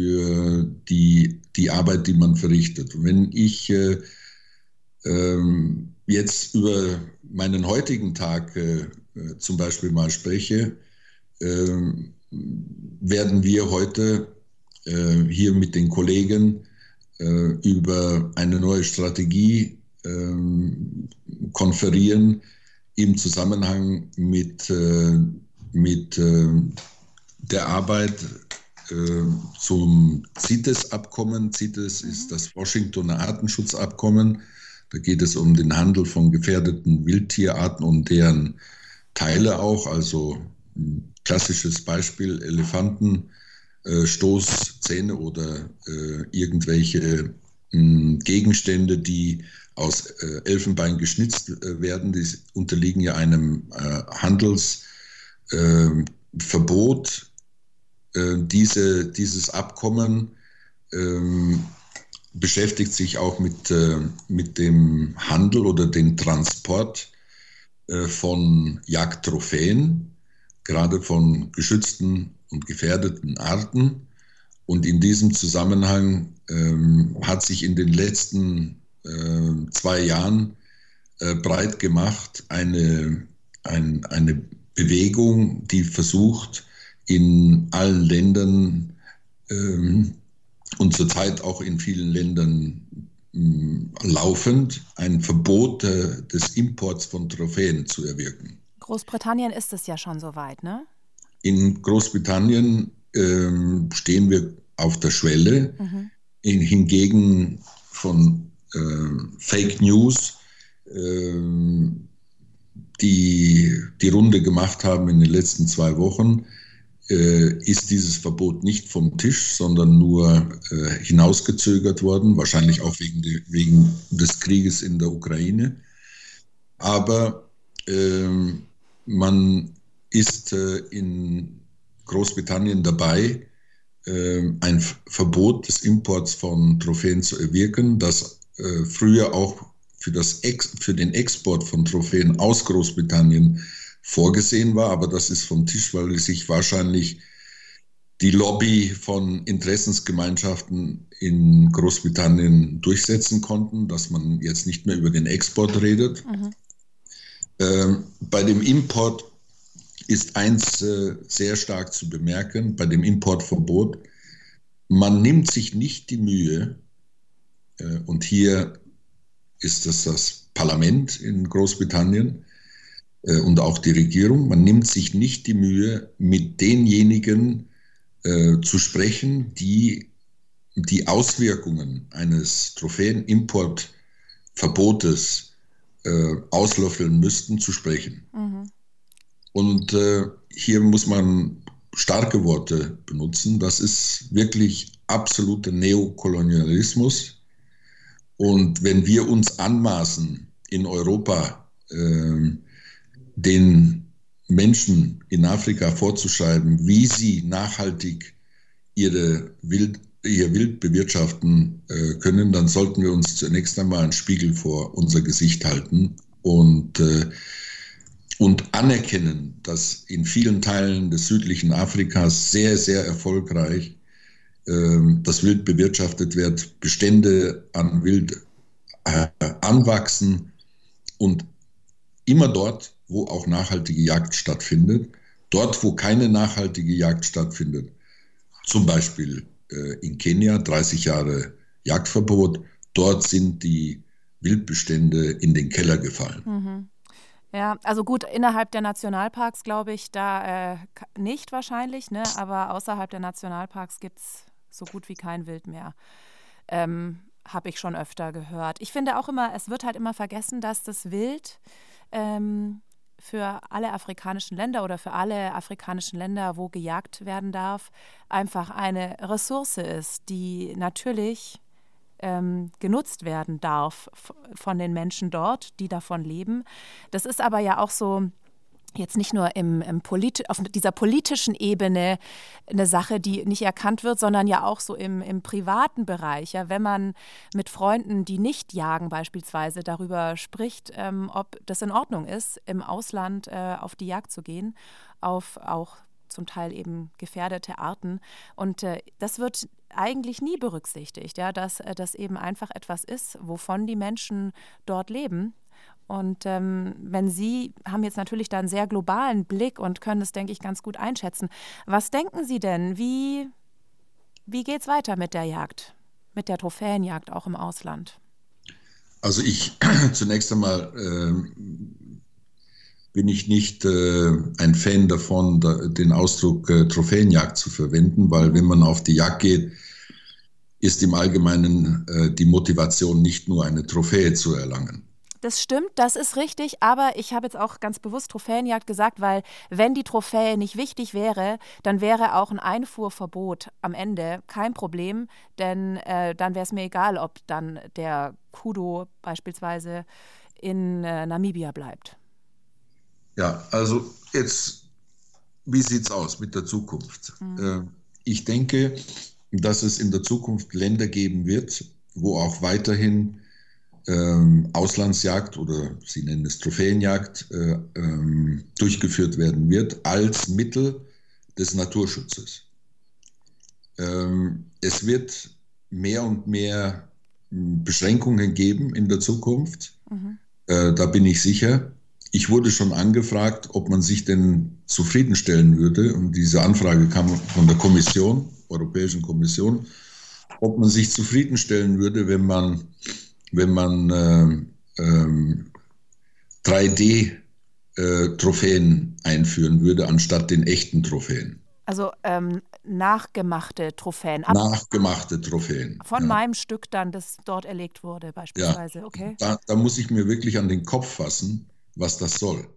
die Arbeit, die man verrichtet. Und wenn ich jetzt über meinen heutigen Tag zum Beispiel mal spreche, werden wir heute hier mit den Kollegen über eine neue Strategie konferieren im Zusammenhang mit der Arbeit zum CITES-Abkommen. CITES ist das Washingtoner Artenschutzabkommen. Da geht es um den Handel von gefährdeten Wildtierarten und deren Teile auch, also klassisches Beispiel Elefanten, Stoßzähne oder irgendwelche Gegenstände, die aus Elfenbein geschnitzt werden. Die unterliegen ja einem Handelsverbot. Dieses Abkommen beschäftigt sich auch mit dem Handel oder dem Transport von Jagdtrophäen, gerade von geschützten und gefährdeten Arten. Und in diesem Zusammenhang hat sich in den letzten 2 Jahren breit gemacht eine Bewegung, die versucht, in allen Ländern und zurzeit auch in vielen Ländern laufend ein Verbot des Imports von Trophäen zu erwirken. Großbritannien ist es ja schon soweit, ne? In Großbritannien stehen wir auf der Schwelle. hingegen von Fake News, die Runde gemacht haben in den letzten 2 Wochen, ist dieses Verbot nicht vom Tisch, sondern nur hinausgezögert worden, wahrscheinlich auch wegen des Krieges in der Ukraine. Aber man ist in Großbritannien dabei, ein Verbot des Imports von Trophäen zu erwirken, das früher auch für den Export von Trophäen aus Großbritannien vorgesehen war, aber das ist vom Tisch, weil sich wahrscheinlich die Lobby von Interessensgemeinschaften in Großbritannien durchsetzen konnten, dass man jetzt nicht mehr über den Export redet. Bei dem Import ist eins sehr stark zu bemerken, bei dem Importverbot: Man nimmt sich nicht die Mühe, und hier ist es das Parlament in Großbritannien und auch die Regierung, man nimmt sich nicht die Mühe, mit denjenigen zu sprechen, die die Auswirkungen eines Trophäenimportverbotes auslöffeln müssten, zu sprechen. Und hier muss man starke Worte benutzen. Das ist wirklich absoluter Neokolonialismus. Und wenn wir uns anmaßen, in Europa den Menschen in Afrika vorzuschreiben, wie sie nachhaltig ihr Wild bewirtschaften können, dann sollten wir uns zunächst einmal einen Spiegel vor unser Gesicht halten und anerkennen, dass in vielen Teilen des südlichen Afrikas sehr, sehr erfolgreich das Wild bewirtschaftet wird, Bestände an Wild anwachsen und immer dort, wo auch nachhaltige Jagd stattfindet, dort, wo keine nachhaltige Jagd stattfindet, zum Beispiel in Kenia 30 Jahre Jagdverbot, dort sind die Wildbestände in den Keller gefallen. Ja, also gut, innerhalb der Nationalparks glaube ich da nicht wahrscheinlich, ne? Aber außerhalb der Nationalparks gibt es so gut wie kein Wild mehr. Habe ich schon öfter gehört. Ich finde auch immer, es wird halt immer vergessen, dass das Wild für alle afrikanischen Länder oder für alle afrikanischen Länder, wo gejagt werden darf, einfach eine Ressource ist, die natürlich genutzt werden darf von den Menschen dort, die davon leben. Das ist aber ja auch so jetzt nicht nur auf dieser politischen Ebene eine Sache, die nicht erkannt wird, sondern ja auch so im privaten Bereich. Ja, wenn man mit Freunden, die nicht jagen beispielsweise, darüber spricht, ob das in Ordnung ist, im Ausland auf die Jagd zu gehen, auf auch zum Teil eben gefährdete Arten. Und das wird eigentlich nie berücksichtigt, ja, dass das eben einfach etwas ist, wovon die Menschen dort leben. Und wenn Sie haben jetzt natürlich da einen sehr globalen Blick und können das, denke ich, ganz gut einschätzen. Was denken Sie denn? Wie geht es weiter mit der Jagd, mit der Trophäenjagd auch im Ausland? Also zunächst einmal bin ich nicht ein Fan davon, den Ausdruck Trophäenjagd zu verwenden, weil wenn man auf die Jagd geht, ist im Allgemeinen die Motivation nicht nur eine Trophäe zu erlangen. Das stimmt, das ist richtig, aber ich habe jetzt auch ganz bewusst Trophäenjagd gesagt, weil wenn die Trophäe nicht wichtig wäre, dann wäre auch ein Einfuhrverbot am Ende kein Problem, denn dann wäre es mir egal, ob dann der Kudu beispielsweise in Namibia bleibt. Ja, also jetzt, wie sieht es aus mit der Zukunft? Ich denke, dass es in der Zukunft Länder geben wird, wo auch weiterhin Auslandsjagd oder Sie nennen es Trophäenjagd durchgeführt werden wird als Mittel des Naturschutzes. Es wird mehr und mehr Beschränkungen geben in der Zukunft. Da bin ich sicher. Ich wurde schon angefragt, ob man sich denn zufriedenstellen würde, und diese Anfrage kam von der Kommission, Europäischen Kommission, ob man sich zufriedenstellen würde, wenn man 3D-Trophäen einführen würde, anstatt den echten Trophäen. Also nachgemachte Trophäen. Nachgemachte Trophäen. Von meinem Stück dann, das dort erlegt wurde beispielsweise. Ja, okay. Da muss ich mir wirklich an den Kopf fassen, was das soll.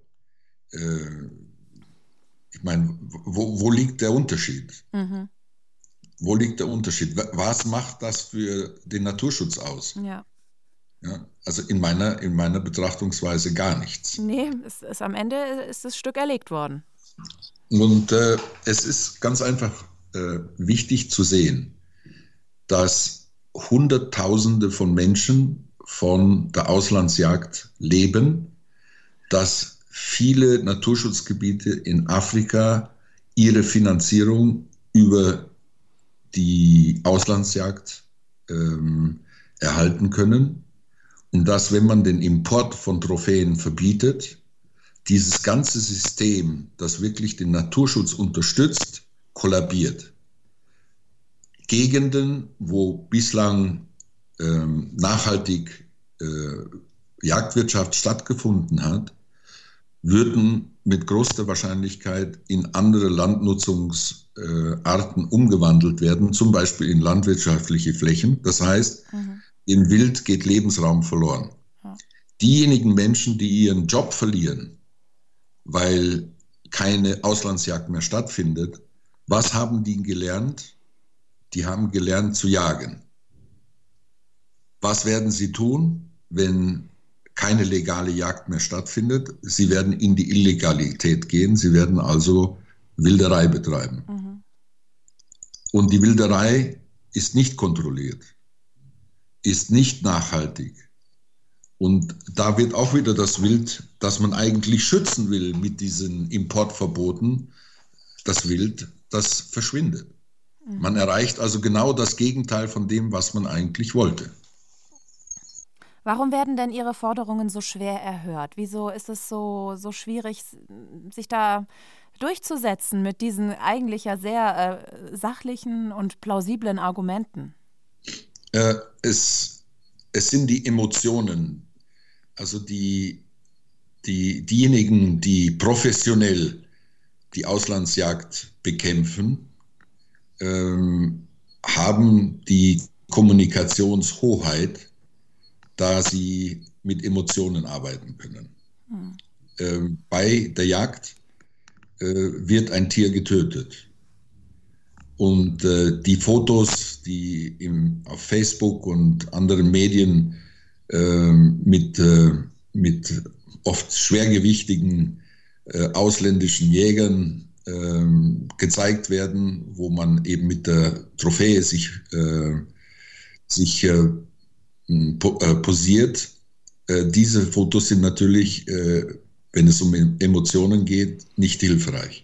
Ich meine, wo liegt der Unterschied? Mhm. Wo liegt der Unterschied? Was macht das für den Naturschutz aus? Ja. Ja, also in meiner Betrachtungsweise gar nichts. Nee, am Ende ist das Stück erlegt worden. Und es ist ganz einfach wichtig zu sehen, dass Hunderttausende von Menschen von der Auslandsjagd leben, dass viele Naturschutzgebiete in Afrika ihre Finanzierung über die Auslandsjagd erhalten können und dass, wenn man den Import von Trophäen verbietet, dieses ganze System, das wirklich den Naturschutz unterstützt, kollabiert. Gegenden, wo bislang nachhaltig Jagdwirtschaft stattgefunden hat, würden mit großer Wahrscheinlichkeit in andere Landnutzungsarten umgewandelt werden, zum Beispiel in landwirtschaftliche Flächen. Das heißt, im Wild geht Lebensraum verloren. Ja. Diejenigen Menschen, die ihren Job verlieren, weil keine Auslandsjagd mehr stattfindet, was haben die gelernt? Die haben gelernt zu jagen. Was werden sie tun, wenn keine legale Jagd mehr stattfindet? Sie werden in die Illegalität gehen, sie werden also Wilderei betreiben. Mhm. Und die Wilderei ist nicht kontrolliert, ist nicht nachhaltig. Und da wird auch wieder das Wild, das man eigentlich schützen will mit diesen Importverboten, das Wild, das verschwindet. Mhm. Man erreicht also genau das Gegenteil von dem, was man eigentlich wollte. Warum werden denn Ihre Forderungen so schwer erhört? Wieso ist es so schwierig, sich da durchzusetzen mit diesen eigentlich ja sehr sachlichen und plausiblen Argumenten? Es sind die Emotionen. Also diejenigen, die professionell die Auslandsjagd bekämpfen, haben die Kommunikationshoheit, da sie mit Emotionen arbeiten können. Bei der Jagd wird ein Tier getötet. Und die Fotos, die auf Facebook und anderen Medien mit oft schwergewichtigen ausländischen Jägern gezeigt werden, wo man eben mit der Trophäe sich posiert. Diese Fotos sind natürlich, wenn es um Emotionen geht, nicht hilfreich.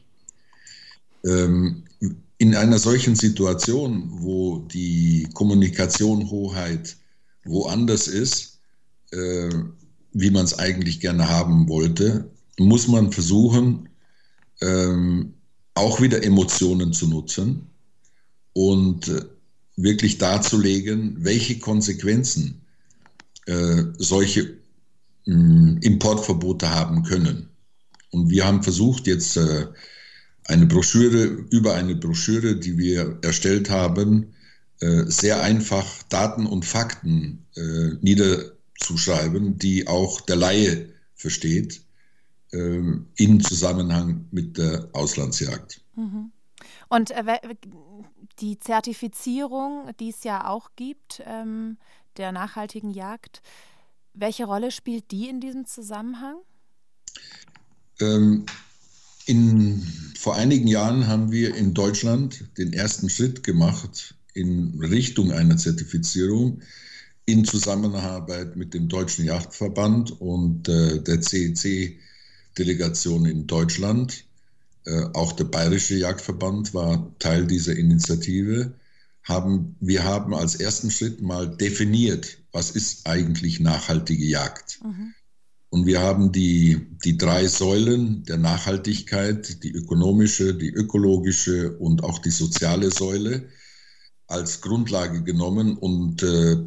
In einer solchen Situation, wo die Kommunikationshoheit woanders ist, wie man es eigentlich gerne haben wollte, muss man versuchen, auch wieder Emotionen zu nutzen und wirklich darzulegen, welche Konsequenzen solche Importverbote haben können. Und wir haben versucht, jetzt eine Broschüre, die wir erstellt haben, sehr einfach Daten und Fakten niederzuschreiben, die auch der Laie versteht, in Zusammenhang mit der Auslandsjagd. Und die Zertifizierung, die es ja auch gibt, der nachhaltigen Jagd, welche Rolle spielt die in diesem Zusammenhang? Vor einigen Jahren haben wir in Deutschland den ersten Schritt gemacht in Richtung einer Zertifizierung in Zusammenarbeit mit dem Deutschen Jagdverband und der CEC-Delegation in Deutschland. Auch der Bayerische Jagdverband war Teil dieser Initiative. Wir haben als ersten Schritt mal definiert, was ist eigentlich nachhaltige Jagd. Und wir haben die 3 Säulen der Nachhaltigkeit, die ökonomische, die ökologische und auch die soziale Säule, als Grundlage genommen und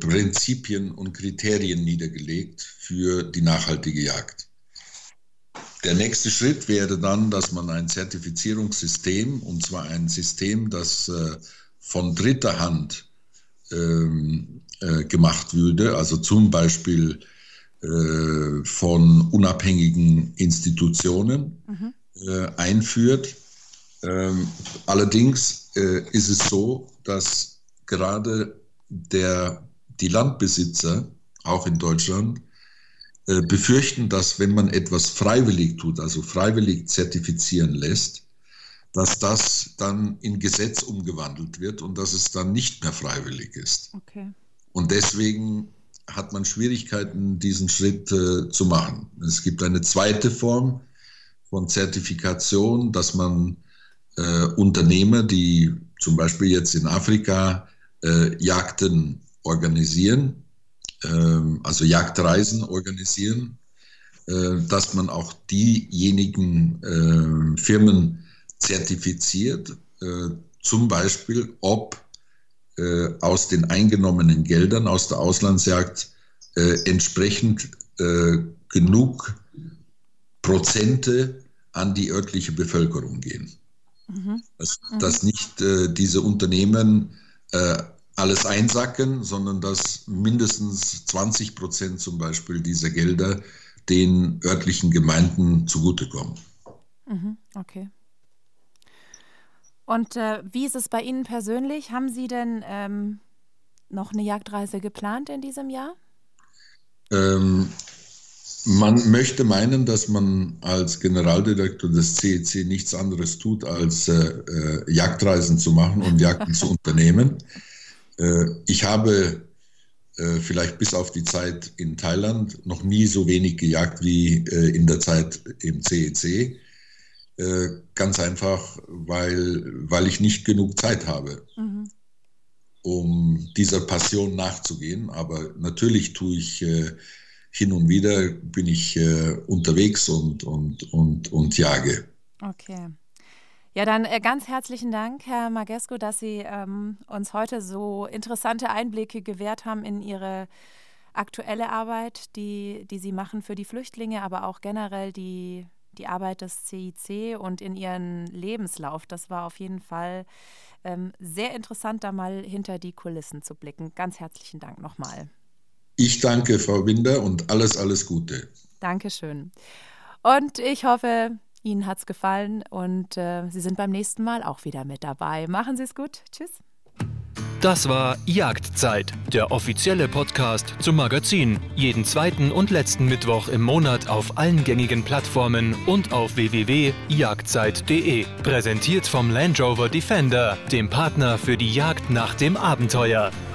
Prinzipien und Kriterien niedergelegt für die nachhaltige Jagd. Der nächste Schritt wäre dann, dass man ein Zertifizierungssystem, und zwar ein System, das von dritter Hand gemacht würde, also zum Beispiel von unabhängigen Institutionen einführt. Allerdings ist es so, dass gerade die Landbesitzer, auch in Deutschland, befürchten, dass wenn man etwas freiwillig tut, also freiwillig zertifizieren lässt, dass das dann in Gesetz umgewandelt wird und dass es dann nicht mehr freiwillig ist. Okay. Und deswegen hat man Schwierigkeiten, diesen Schritt zu machen. Es gibt eine zweite Form von Zertifikation, dass man Unternehmer, die zum Beispiel jetzt in Afrika Jagden organisieren, also Jagdreisen organisieren, dass man auch diejenigen Firmen zertifiziert, zum Beispiel, ob aus den eingenommenen Geldern aus der Auslandsjagd entsprechend genug Prozente an die örtliche Bevölkerung gehen. Dass nicht diese Unternehmen alles einsacken, sondern dass mindestens 20% zum Beispiel dieser Gelder den örtlichen Gemeinden zugutekommen. Okay. Und wie ist es bei Ihnen persönlich? Haben Sie denn noch eine Jagdreise geplant in diesem Jahr? Man möchte meinen, dass man als Generaldirektor des CEC nichts anderes tut, als Jagdreisen zu machen und Jagden zu unternehmen. Ich habe vielleicht bis auf die Zeit in Thailand noch nie so wenig gejagt wie in der Zeit im CEC. Ganz einfach, weil ich nicht genug Zeit habe, um dieser Passion nachzugehen. Aber natürlich tue ich hin und wieder, bin ich unterwegs und jage. Okay. Ja, dann ganz herzlichen Dank, Herr Magescu, dass Sie uns heute so interessante Einblicke gewährt haben in Ihre aktuelle Arbeit, die Sie machen für die Flüchtlinge, aber auch generell die Arbeit des CIC und in Ihren Lebenslauf. Das war auf jeden Fall sehr interessant, da mal hinter die Kulissen zu blicken. Ganz herzlichen Dank nochmal. Ich danke, Frau Winder, und alles Gute. Dankeschön. Und ich hoffe, Ihnen hat es gefallen und Sie sind beim nächsten Mal auch wieder mit dabei. Machen Sie es gut. Tschüss. Das war Jagdzeit, der offizielle Podcast zum Magazin. Jeden zweiten und letzten Mittwoch im Monat auf allen gängigen Plattformen und auf www.jagdzeit.de. Präsentiert vom Land Rover Defender, dem Partner für die Jagd nach dem Abenteuer.